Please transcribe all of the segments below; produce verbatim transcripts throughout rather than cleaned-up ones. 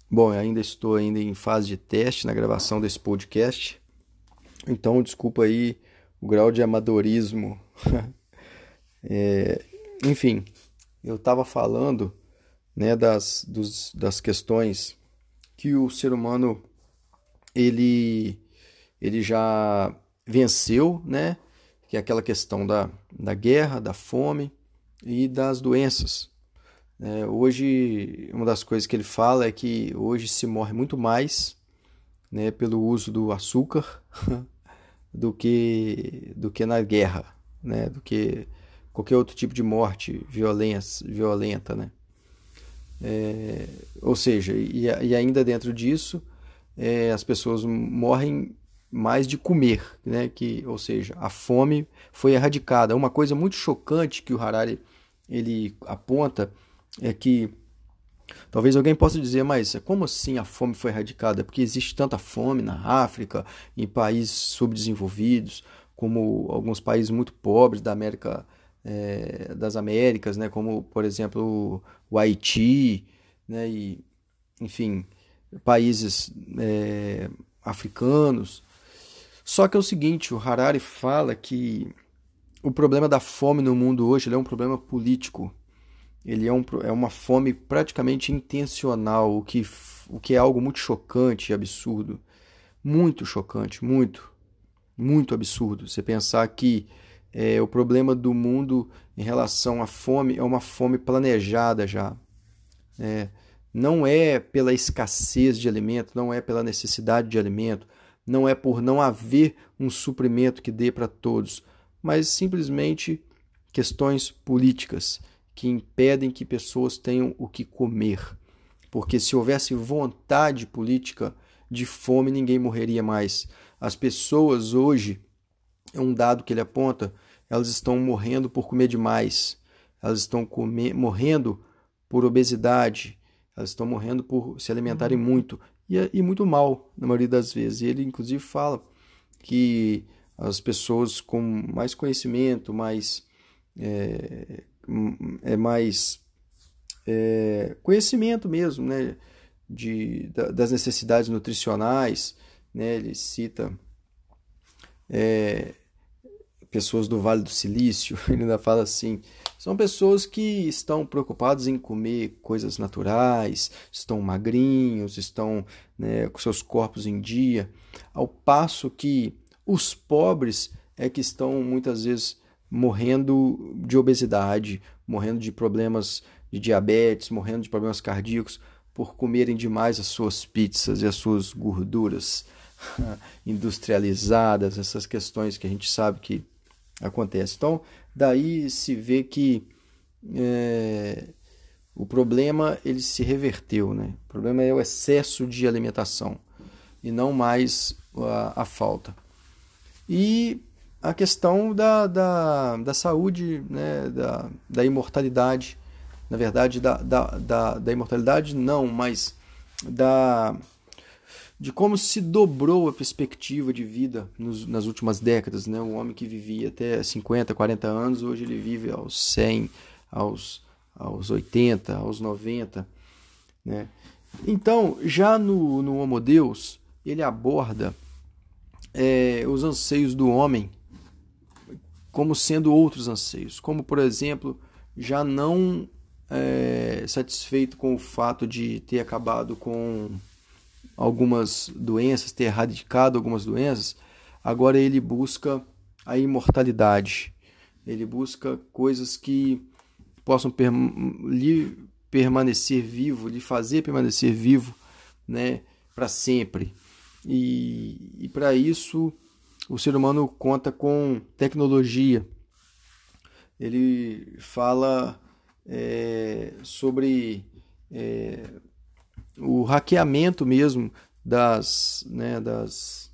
Bom, eu ainda estou ainda em fase de teste na gravação desse podcast, então desculpa aí o grau de amadorismo. É, enfim, eu estava falando, né, das, dos- das questões que o ser humano ele, ele já venceu, né, que é aquela questão da, da guerra, da fome e das doenças. É, hoje, uma das coisas que ele fala é que hoje se morre muito mais, né, pelo uso do açúcar do que do que na guerra, né, do que qualquer outro tipo de morte violência, violenta, né? Ou seja, e, e ainda dentro disso, é, as pessoas morrem mais de comer, né? Que, ou seja, a fome foi erradicada. Uma coisa muito chocante que o Harari ele aponta é que talvez alguém possa dizer, mas como assim a fome foi erradicada? Porque existe tanta fome na África, em países subdesenvolvidos, como alguns países muito pobres da América, eh, das Américas, né? Como, por exemplo, o Haiti, né? E, enfim, países eh, africanos. Só que é o seguinte, o Harari fala que o problema da fome no mundo hoje ele é um problema político. Ele é, um, é uma fome praticamente intencional, o que, o que é algo muito chocante e absurdo. Muito chocante, muito, muito absurdo. Você pensar que é, o problema do mundo em relação à fome é uma fome planejada já. É, não é pela escassez de alimento, não é pela necessidade de alimento, não é por não haver um suprimento que dê para todos, mas simplesmente questões políticas que impedem que pessoas tenham o que comer. Porque se houvesse vontade política de fome, ninguém morreria mais. As pessoas hoje, é um dado que ele aponta, elas estão morrendo por comer demais. Elas estão comer, morrendo por obesidade. Elas estão morrendo por se alimentarem muito. E, e muito mal, na maioria das vezes. E ele, inclusive, fala que as pessoas com mais conhecimento, mais é, é mais é, conhecimento mesmo, né, de, da, das necessidades nutricionais, né, ele cita pessoas do Vale do Silício, ele ainda fala assim, são pessoas que estão preocupadas em comer coisas naturais, estão magrinhos, estão, né, com seus corpos em dia, ao passo que os pobres é que estão muitas vezes morrendo de obesidade, morrendo de problemas de diabetes, morrendo de problemas cardíacos por comerem demais as suas pizzas e as suas gorduras industrializadas, essas questões que a gente sabe que acontece. Então, daí se vê que é, o problema ele se reverteu, né? O problema é o excesso de alimentação e não mais a, a falta. E a questão da, da, da saúde, né? da, da imortalidade, na verdade, da, da, da, da imortalidade não, mas da de como se dobrou a perspectiva de vida nos, nas últimas décadas, né? Um homem que vivia até cinquenta, quarenta anos, hoje ele vive aos cem, aos, aos oitenta, aos noventa, né? Então, já no, no Homo Deus, ele aborda é, os anseios do homem como sendo outros anseios, como, por exemplo, já não é, satisfeito com o fato de ter acabado com algumas doenças, ter erradicado algumas doenças, agora ele busca a imortalidade. Ele busca coisas que possam per lhe permanecer vivo, lhe fazer permanecer vivo, né, para sempre. E, e para isso o ser humano conta com tecnologia. Ele fala é, sobre é, o hackeamento mesmo das, né, das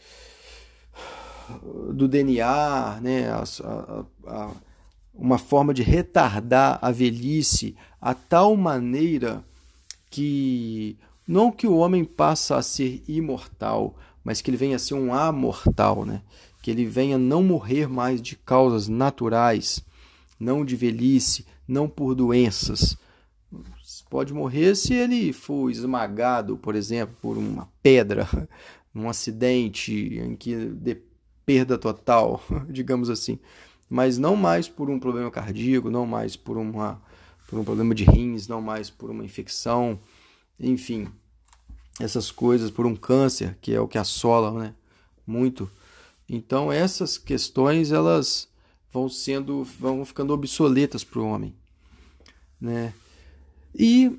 do D N A, né, a, a, a, uma forma de retardar a velhice a tal maneira que não que o homem passa a ser imortal, mas que ele venha a ser um amortal, né? Que ele venha não morrer mais de causas naturais, não de velhice, não por doenças, pode morrer se ele for esmagado, por exemplo, por uma pedra, num acidente em que dê perda total, digamos assim. Mas não mais por um problema cardíaco, não mais por, uma, por um problema de rins, não mais por uma infecção, enfim, essas coisas, por um câncer, que é o que assola, né, muito. Então essas questões elas vão sendo, vão ficando obsoletas para o homem, né? E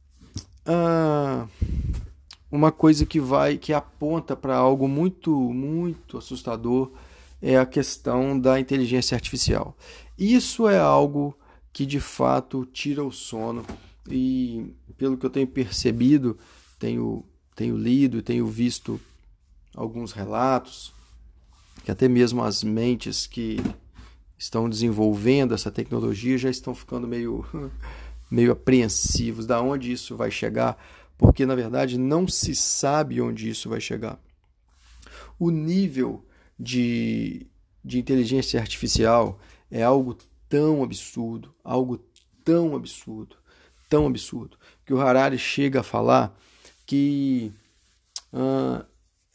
ah, uma coisa que vai, que aponta para algo muito, muito assustador é a questão da inteligência artificial. Isso é algo que de fato tira o sono e, pelo que eu tenho percebido, tenho, tenho lido, tenho visto alguns relatos que até mesmo as mentes que estão desenvolvendo essa tecnologia já estão ficando meio, meio apreensivos da onde isso vai chegar, porque na verdade não se sabe onde isso vai chegar. O nível de, de inteligência artificial é algo tão absurdo, algo tão absurdo, tão absurdo, que o Harari chega a falar que... Uh,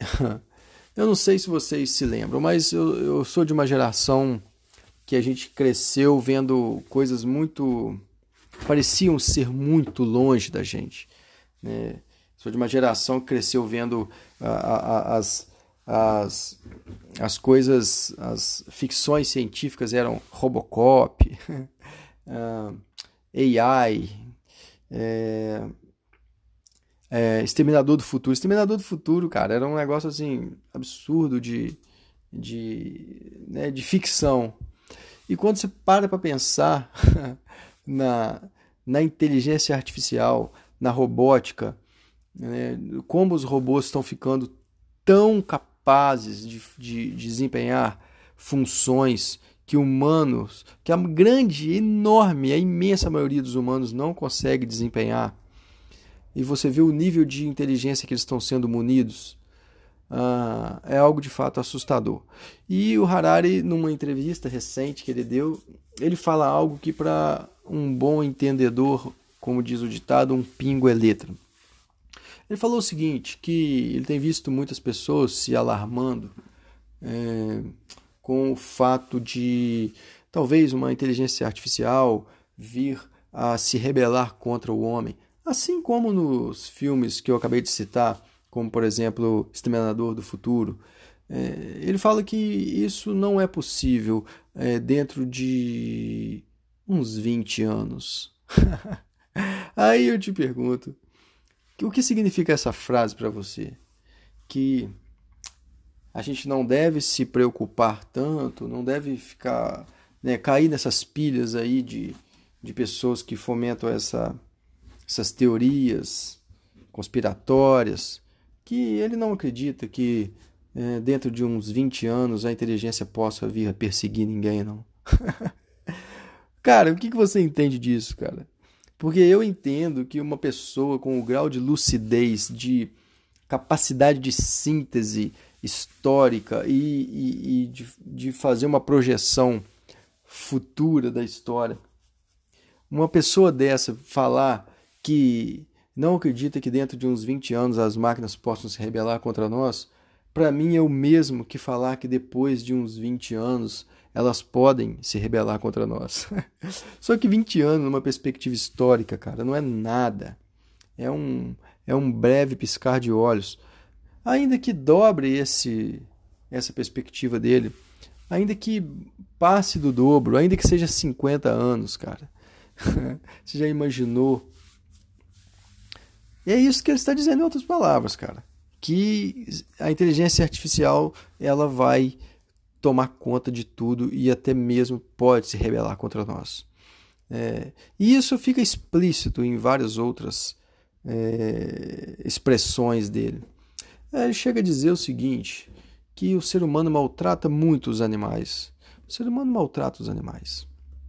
eu não sei se vocês se lembram, mas eu, eu sou de uma geração que a gente cresceu vendo coisas muito... pareciam ser muito longe da gente, né? Sou de uma geração que cresceu vendo a, a, as, as, as coisas, as ficções científicas eram Robocop, uh, A I, é, é, Exterminador do Futuro. Exterminador do Futuro, cara, era um negócio assim absurdo de, de, né, de ficção. E quando você para para pensar na, na inteligência artificial, na robótica, né, como os robôs estão ficando tão capazes de, de, de desempenhar funções que humanos, que a grande, enorme, a imensa maioria dos humanos não consegue desempenhar, e você vê o nível de inteligência que eles estão sendo munidos, ah, é algo de fato assustador. E o Harari, numa entrevista recente que ele deu, ele fala algo que para um bom entendedor, como diz o ditado, um pingo é letra. Ele falou o seguinte, que ele tem visto muitas pessoas se alarmando é, com o fato de talvez uma inteligência artificial vir a se rebelar contra o homem, assim como nos filmes que eu acabei de citar, como por exemplo Exterminador do Futuro. É, ele fala que isso não é possível é, dentro de uns vinte anos. Aí eu te pergunto, o que significa essa frase para você? Que a gente não deve se preocupar tanto, não deve ficar, né, cair nessas pilhas aí de, de pessoas que fomentam essa, essas teorias conspiratórias, que ele não acredita que é, dentro de uns vinte anos a inteligência possa vir a perseguir ninguém, não. Cara, o que, que você entende disso, cara? Porque eu entendo que uma pessoa com o grau de lucidez, de capacidade de síntese histórica e, e, e de, de fazer uma projeção futura da história, uma pessoa dessa falar que não acredita que dentro de uns vinte anos as máquinas possam se rebelar contra nós, para mim é o mesmo que falar que depois de uns vinte anos elas podem se rebelar contra nós. Só que vinte anos, numa perspectiva histórica, cara, não é nada. É um, é um breve piscar de olhos. Ainda que dobre esse, essa perspectiva dele, ainda que passe do dobro, ainda que seja cinquenta anos, cara. Você já imaginou? E é isso que ele está dizendo em outras palavras, cara. Que a inteligência artificial ela vai tomar conta de tudo e até mesmo pode se rebelar contra nós. É, e isso fica explícito em várias outras é, expressões dele. É, ele chega a dizer o seguinte, que o ser humano maltrata muito os animais. O ser humano maltrata os animais.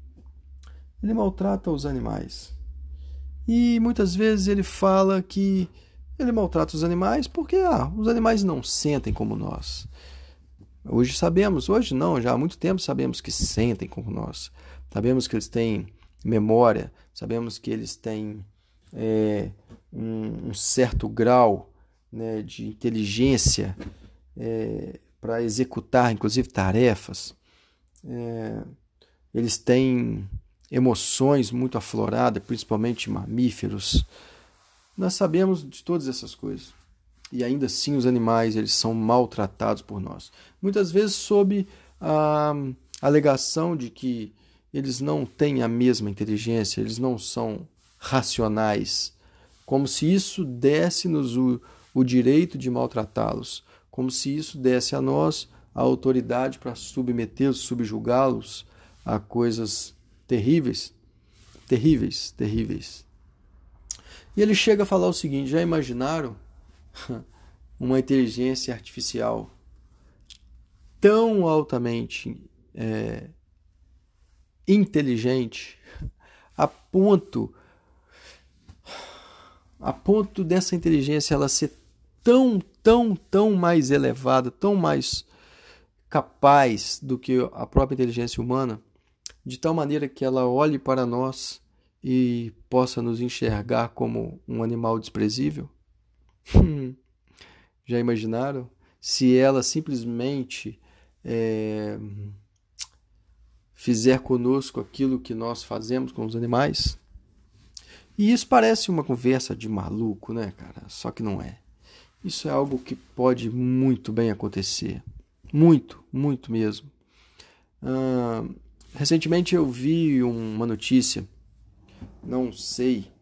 Ele maltrata os animais. E muitas vezes ele fala que ele maltrata os animais porque ah, os animais não sentem como nós. Hoje sabemos, hoje não, já há muito tempo sabemos que sentem como nós. Sabemos que eles têm memória, sabemos que eles têm é, um, um certo grau, né, de inteligência é, para executar, inclusive, tarefas. É, eles têm emoções muito afloradas, principalmente mamíferos. Nós sabemos de todas essas coisas. E ainda assim os animais eles são maltratados por nós. Muitas vezes sob a alegação de que eles não têm a mesma inteligência, eles não são racionais, como se isso desse-nos o, o direito de maltratá-los, como se isso desse a nós a autoridade para submetê-los, subjugá-los a coisas terríveis, terríveis, terríveis. E ele chega a falar o seguinte: já imaginaram uma inteligência artificial tão altamente é, inteligente a ponto a ponto dessa inteligência ela ser tão, tão, tão mais elevada, tão mais capaz do que a própria inteligência humana, de tal maneira que ela olhe para nós e possa nos enxergar como um animal desprezível? Hum, já imaginaram? Se ela simplesmente é, fizer conosco aquilo que nós fazemos com os animais? E isso parece uma conversa de maluco, né, cara? Só que não é. Isso é algo que pode muito bem acontecer. Muito, muito mesmo. Ah, recentemente eu vi uma notícia, não sei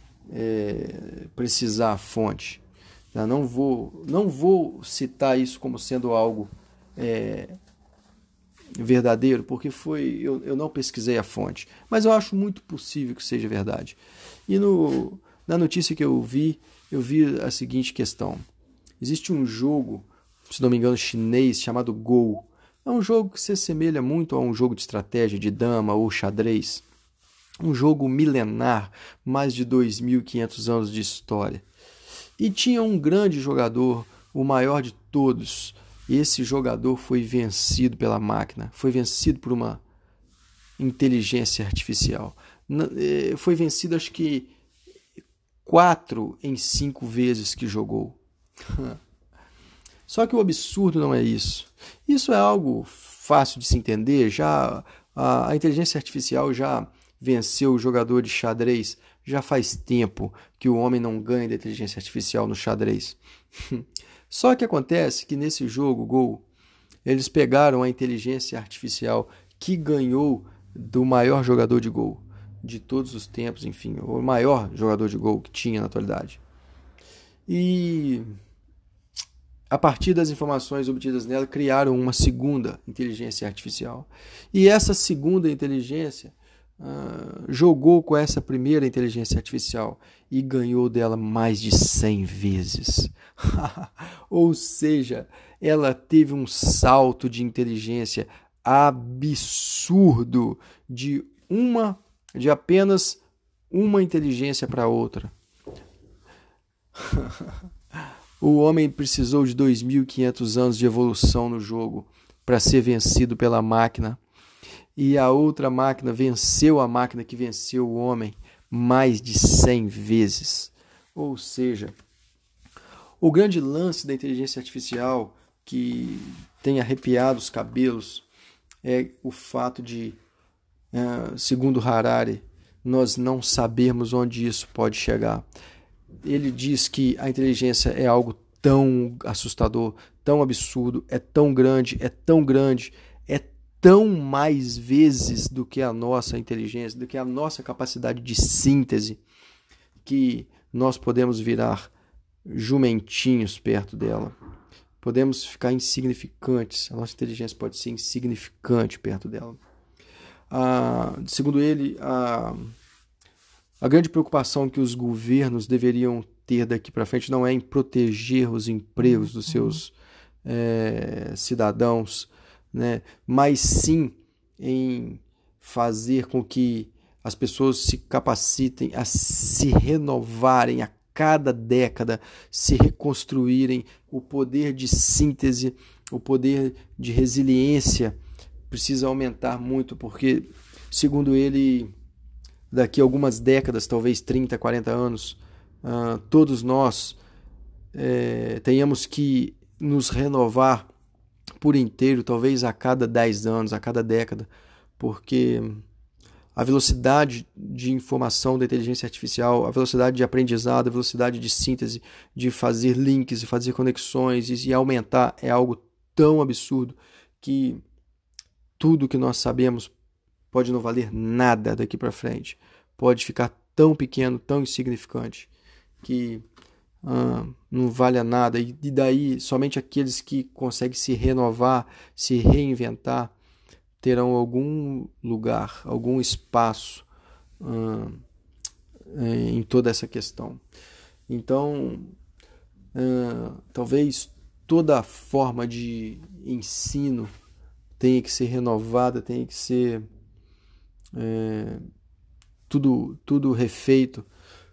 é, precisar a fonte. Tá? Não vou, não vou citar isso como sendo algo é, verdadeiro, porque foi eu, eu não pesquisei a fonte, mas eu acho muito possível que seja verdade. E no, na notícia que eu vi, eu vi a seguinte questão: existe um jogo, se não me engano, chinês, chamado Go. É um jogo que se assemelha muito a um jogo de estratégia de dama ou xadrez. Um jogo milenar, mais de dois mil e quinhentos anos de história. E tinha um grande jogador, o maior de todos. Esse jogador foi vencido pela máquina, foi vencido por uma inteligência artificial. Foi vencido, acho que, quatro em cinco vezes que jogou. Só que o absurdo não é isso. Isso é algo fácil de se entender. Já a, a inteligência artificial já venceu o jogador de xadrez. Já faz tempo que o homem não ganha da inteligência artificial no xadrez. Só que acontece que nesse jogo, Go, eles pegaram a inteligência artificial que ganhou do maior jogador de Go de todos os tempos, enfim, o maior jogador de Go que tinha na atualidade. E a partir das informações obtidas nela, criaram uma segunda inteligência artificial. E essa segunda inteligência uh, jogou com essa primeira inteligência artificial e ganhou dela mais de cem vezes. Ou seja, ela teve um salto de inteligência absurdo de uma, de apenas uma inteligência para outra. O homem precisou de dois mil e quinhentos anos de evolução no jogo para ser vencido pela máquina. E a outra máquina venceu a máquina que venceu o homem mais de cem vezes. Ou seja, o grande lance da inteligência artificial que tem arrepiado os cabelos é o fato de, segundo Harari, nós não sabermos onde isso pode chegar. Ele diz que a inteligência é algo tão assustador, tão absurdo, é tão grande, é tão grande, é tão mais vezes do que a nossa inteligência, do que a nossa capacidade de síntese, que nós podemos virar jumentinhos perto dela. Podemos ficar insignificantes, a nossa inteligência pode ser insignificante perto dela. Ah, segundo ele, a... A grande preocupação que os governos deveriam ter daqui para frente não é em proteger os empregos dos seus é, cidadãos, né? Mas sim em fazer com que as pessoas se capacitem a se renovarem a cada década, se reconstruírem. O poder de síntese, o poder de resiliência precisa aumentar muito, porque, segundo ele, daqui a algumas décadas, talvez trinta, quarenta anos, uh, todos nós é, tenhamos que nos renovar por inteiro, talvez a cada dez anos, a cada década, porque a velocidade de informação da inteligência artificial, a velocidade de aprendizado, a velocidade de síntese, de fazer links, de fazer conexões e aumentar é algo tão absurdo que tudo que nós sabemos pode não valer nada daqui para frente. Pode ficar tão pequeno, tão insignificante, que ah, não vale a nada. E daí, somente aqueles que conseguem se renovar, se reinventar, terão algum lugar, algum espaço ah, em toda essa questão. Então, ah, talvez toda a forma de ensino tenha que ser renovada, tenha que ser é, tudo, tudo refeito,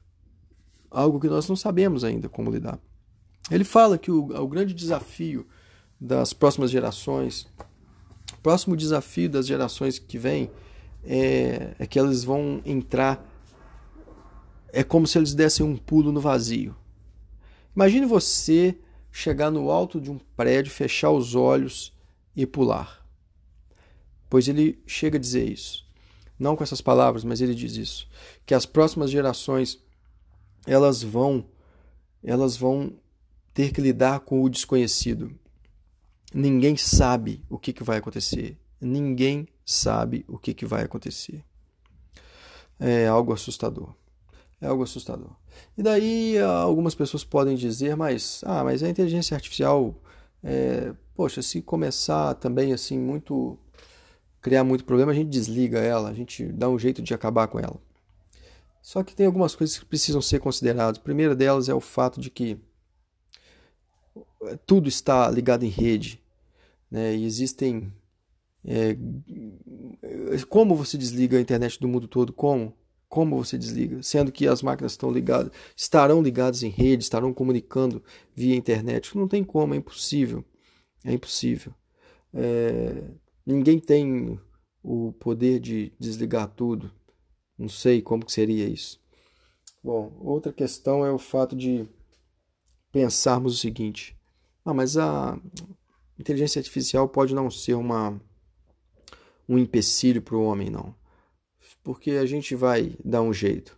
algo que nós não sabemos ainda como lidar. Ele fala que o, o grande desafio das próximas gerações, o próximo desafio das gerações que vêm é, é que elas vão entrar, é como se eles dessem um pulo no vazio. Imagine você chegar no alto de um prédio, fechar os olhos e pular. Pois ele chega a dizer isso. Não com essas palavras, mas ele diz isso. Que as próximas gerações, elas vão, elas vão ter que lidar com o desconhecido. Ninguém sabe o que, que vai acontecer. Ninguém sabe o que, que vai acontecer. É algo assustador. É algo assustador. E daí algumas pessoas podem dizer, mas, ah, mas a inteligência artificial, é, poxa, se começar também assim muito, criar muito problema, a gente desliga ela, a gente dá um jeito de acabar com ela. Só que tem algumas coisas que precisam ser consideradas. A primeira delas é o fato de que tudo está ligado em rede, né? E existem... É, como você desliga a internet do mundo todo? Como? Como você desliga? Sendo que as máquinas estão ligadas, estarão ligadas em rede, estarão comunicando via internet. Não tem como, é impossível. É impossível. É, ninguém tem o poder de desligar tudo. Não sei como que seria isso. Bom, outra questão é o fato de pensarmos o seguinte. Ah, mas a inteligência artificial pode não ser uma, um empecilho para o homem, não. Porque a gente vai dar um jeito.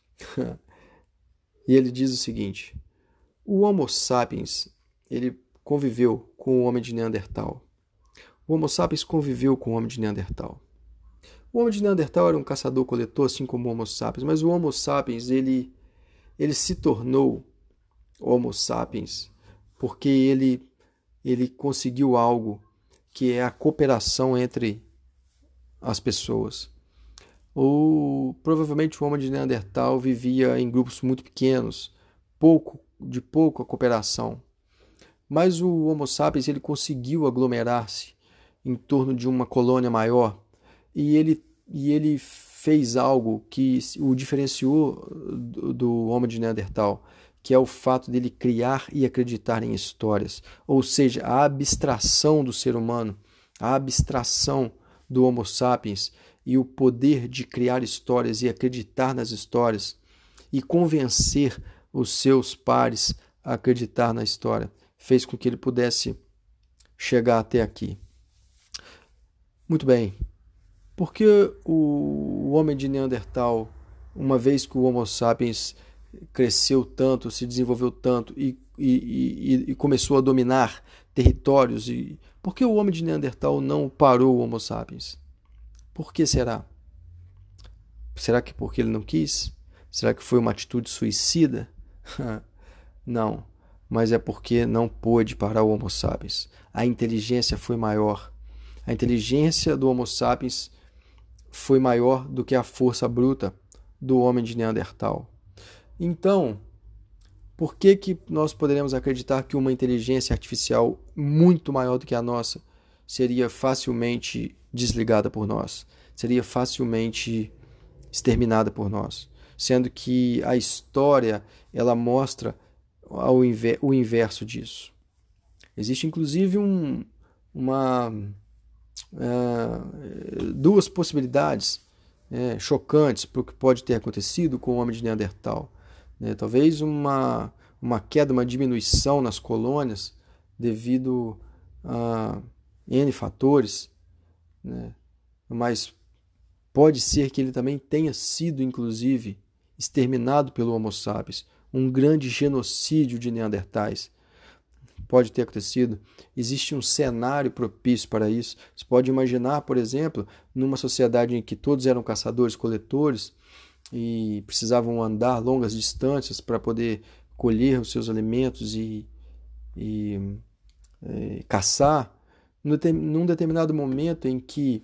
E ele diz o seguinte: o Homo sapiens, ele conviveu com o homem de Neandertal. O Homo sapiens conviveu com o homem de Neandertal. O homem de Neandertal era um caçador-coletor, assim como o Homo sapiens, mas o Homo sapiens, ele, ele se tornou Homo sapiens porque ele, ele conseguiu algo que é a cooperação entre as pessoas. Ou provavelmente o homem de Neandertal vivia em grupos muito pequenos, pouco, de pouca cooperação. Mas o Homo sapiens ele conseguiu aglomerar-se em torno de uma colônia maior e ele, e ele fez algo que o diferenciou do, do homem de Neandertal, que é o fato dele criar e acreditar em histórias, ou seja, a abstração do ser humano, a abstração do Homo sapiens e o poder de criar histórias e acreditar nas histórias e convencer os seus pares a acreditar na história, fez com que ele pudesse chegar até aqui. Muito bem. Por que o homem de Neandertal, uma vez que o Homo sapiens cresceu tanto, se desenvolveu tanto e, e, e, e começou a dominar territórios, e por que o homem de Neandertal não parou o Homo sapiens? Por que será? Será que porque ele não quis? Será que foi uma atitude suicida? Não, mas é porque não pôde parar o Homo sapiens. A inteligência foi maior. A inteligência do Homo sapiens foi maior do que a força bruta do homem de Neandertal. Então, por que que nós poderemos acreditar que uma inteligência artificial muito maior do que a nossa seria facilmente desligada por nós? Seria facilmente exterminada por nós? Sendo que a história, ela mostra ao inver- o inverso disso. Existe inclusive um, uma, uh, duas possibilidades é, chocantes para o que pode ter acontecido com o homem de Neandertal. Né? Talvez uma, uma queda, uma diminuição nas colônias devido a N fatores, né? Mas pode ser que ele também tenha sido, inclusive, exterminado pelo Homo sapiens, um grande genocídio de Neandertais. Pode ter acontecido. Existe um cenário propício para isso. Você pode imaginar, por exemplo, numa sociedade em que todos eram caçadores-coletores e precisavam andar longas distâncias para poder colher os seus alimentos e, e, e caçar, num determinado momento em que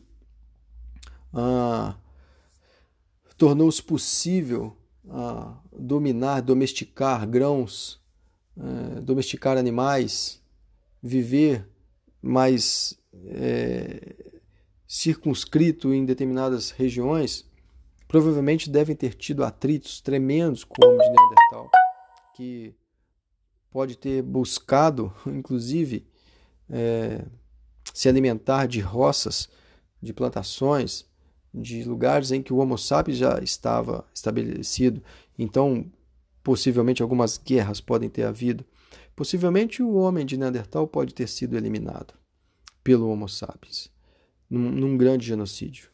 ah, tornou-se possível ah, dominar, domesticar grãos, eh, domesticar animais, viver mais eh, circunscrito em determinadas regiões, provavelmente devem ter tido atritos tremendos com o homem de Neandertal, que pode ter buscado, inclusive, eh, se alimentar de roças, de plantações, de lugares em que o Homo sapiens já estava estabelecido. Então, possivelmente algumas guerras podem ter havido. Possivelmente o homem de Neandertal pode ter sido eliminado pelo Homo sapiens, num, num grande genocídio.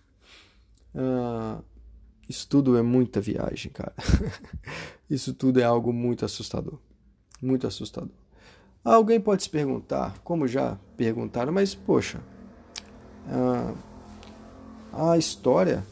Ah, isso tudo é muita viagem, cara. Isso tudo é algo muito assustador. Muito assustador. Alguém pode se perguntar, como já perguntaram, mas poxa, ah, a história,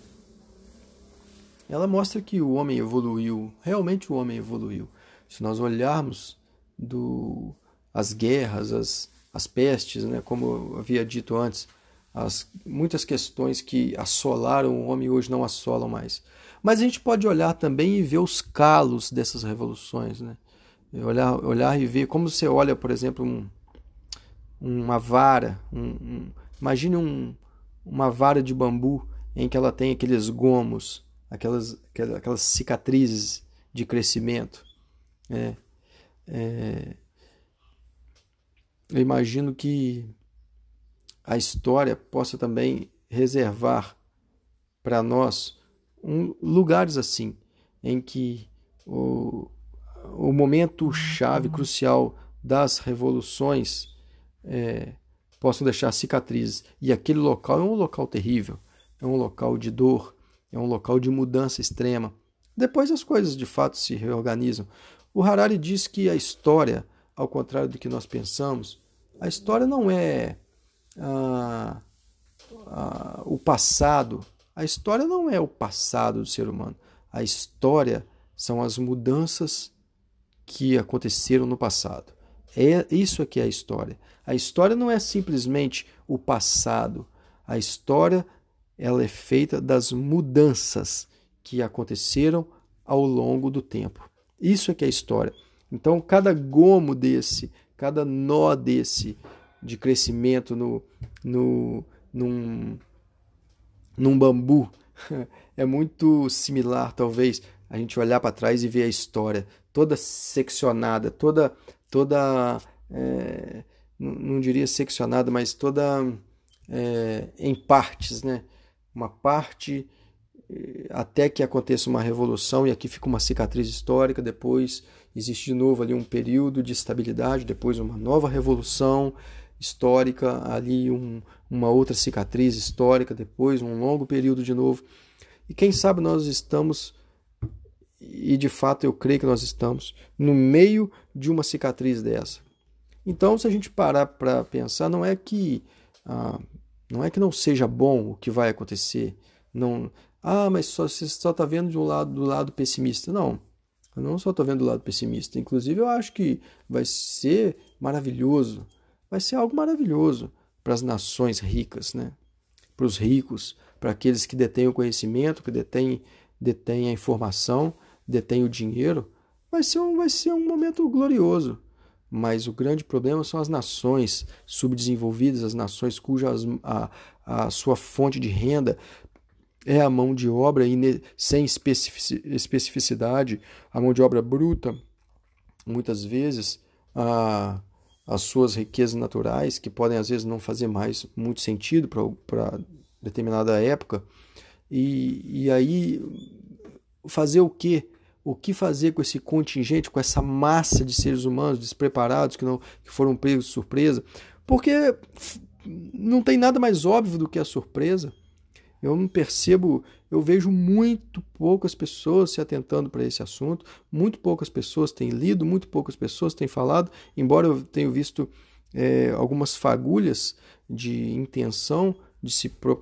ela mostra que o homem evoluiu, realmente o homem evoluiu. Se nós olharmos do, as guerras, as, as pestes, né, como eu havia dito antes, as, muitas questões que assolaram o homem hoje não assolam mais. Mas a gente pode olhar também e ver os calos dessas revoluções, né? Olhar, olhar e ver como você olha, por exemplo, um, uma vara, um, um, imagine um, uma vara de bambu em que ela tem aqueles gomos, aquelas, aquelas cicatrizes de crescimento. É, é, eu imagino que a história possa também reservar para nós um, lugares assim, em que o, o momento chave, crucial das revoluções é, possam deixar cicatrizes. E aquele local é um local terrível, é um local de dor, é um local de mudança extrema. Depois as coisas de fato se reorganizam. O Harari diz que a história, ao contrário do que nós pensamos, a história não é ah, ah, o passado. A história não é o passado do ser humano. A história são as mudanças que aconteceram no passado. É isso aqui é a história. A história não é simplesmente o passado. A história ela é feita das mudanças que aconteceram ao longo do tempo. Isso é que é a história. Então, cada gomo desse, cada nó desse de crescimento no, no, num, num bambu é muito similar, talvez, a gente olhar para trás e ver a história toda seccionada, toda, toda é, não, não diria seccionada, mas toda é, em partes, né? Uma parte até que aconteça uma revolução e aqui fica uma cicatriz histórica, depois existe de novo ali um período de estabilidade, depois uma nova revolução histórica, ali um, uma outra cicatriz histórica, depois um longo período de novo. E quem sabe nós estamos, e de fato eu creio que nós estamos, no meio de uma cicatriz dessa. Então, se a gente parar para pensar, não é que ah, não é que não seja bom o que vai acontecer, não, ah, mas só, você só está vendo de um lado, do lado pessimista. Não, eu não só estou vendo do lado pessimista. Inclusive, eu acho que vai ser maravilhoso, vai ser algo maravilhoso para as nações ricas, né? Para os ricos, para aqueles que detêm o conhecimento, que detêm, detêm a informação, detêm o dinheiro. Vai ser um, vai ser um momento glorioso. Mas o grande problema são as nações subdesenvolvidas, as nações cuja a, a sua fonte de renda é a mão de obra sem especificidade, a mão de obra bruta, muitas vezes a, as suas riquezas naturais, que podem às vezes não fazer mais muito sentido para determinada época, E, e aí, fazer o quê? O que fazer com esse contingente, com essa massa de seres humanos despreparados que, não, que foram pegos de surpresa? Porque não tem nada mais óbvio do que a surpresa. Eu não percebo, eu vejo muito poucas pessoas se atentando para esse assunto, muito poucas pessoas têm lido, muito poucas pessoas têm falado, embora eu tenha visto é, algumas fagulhas de intenção de se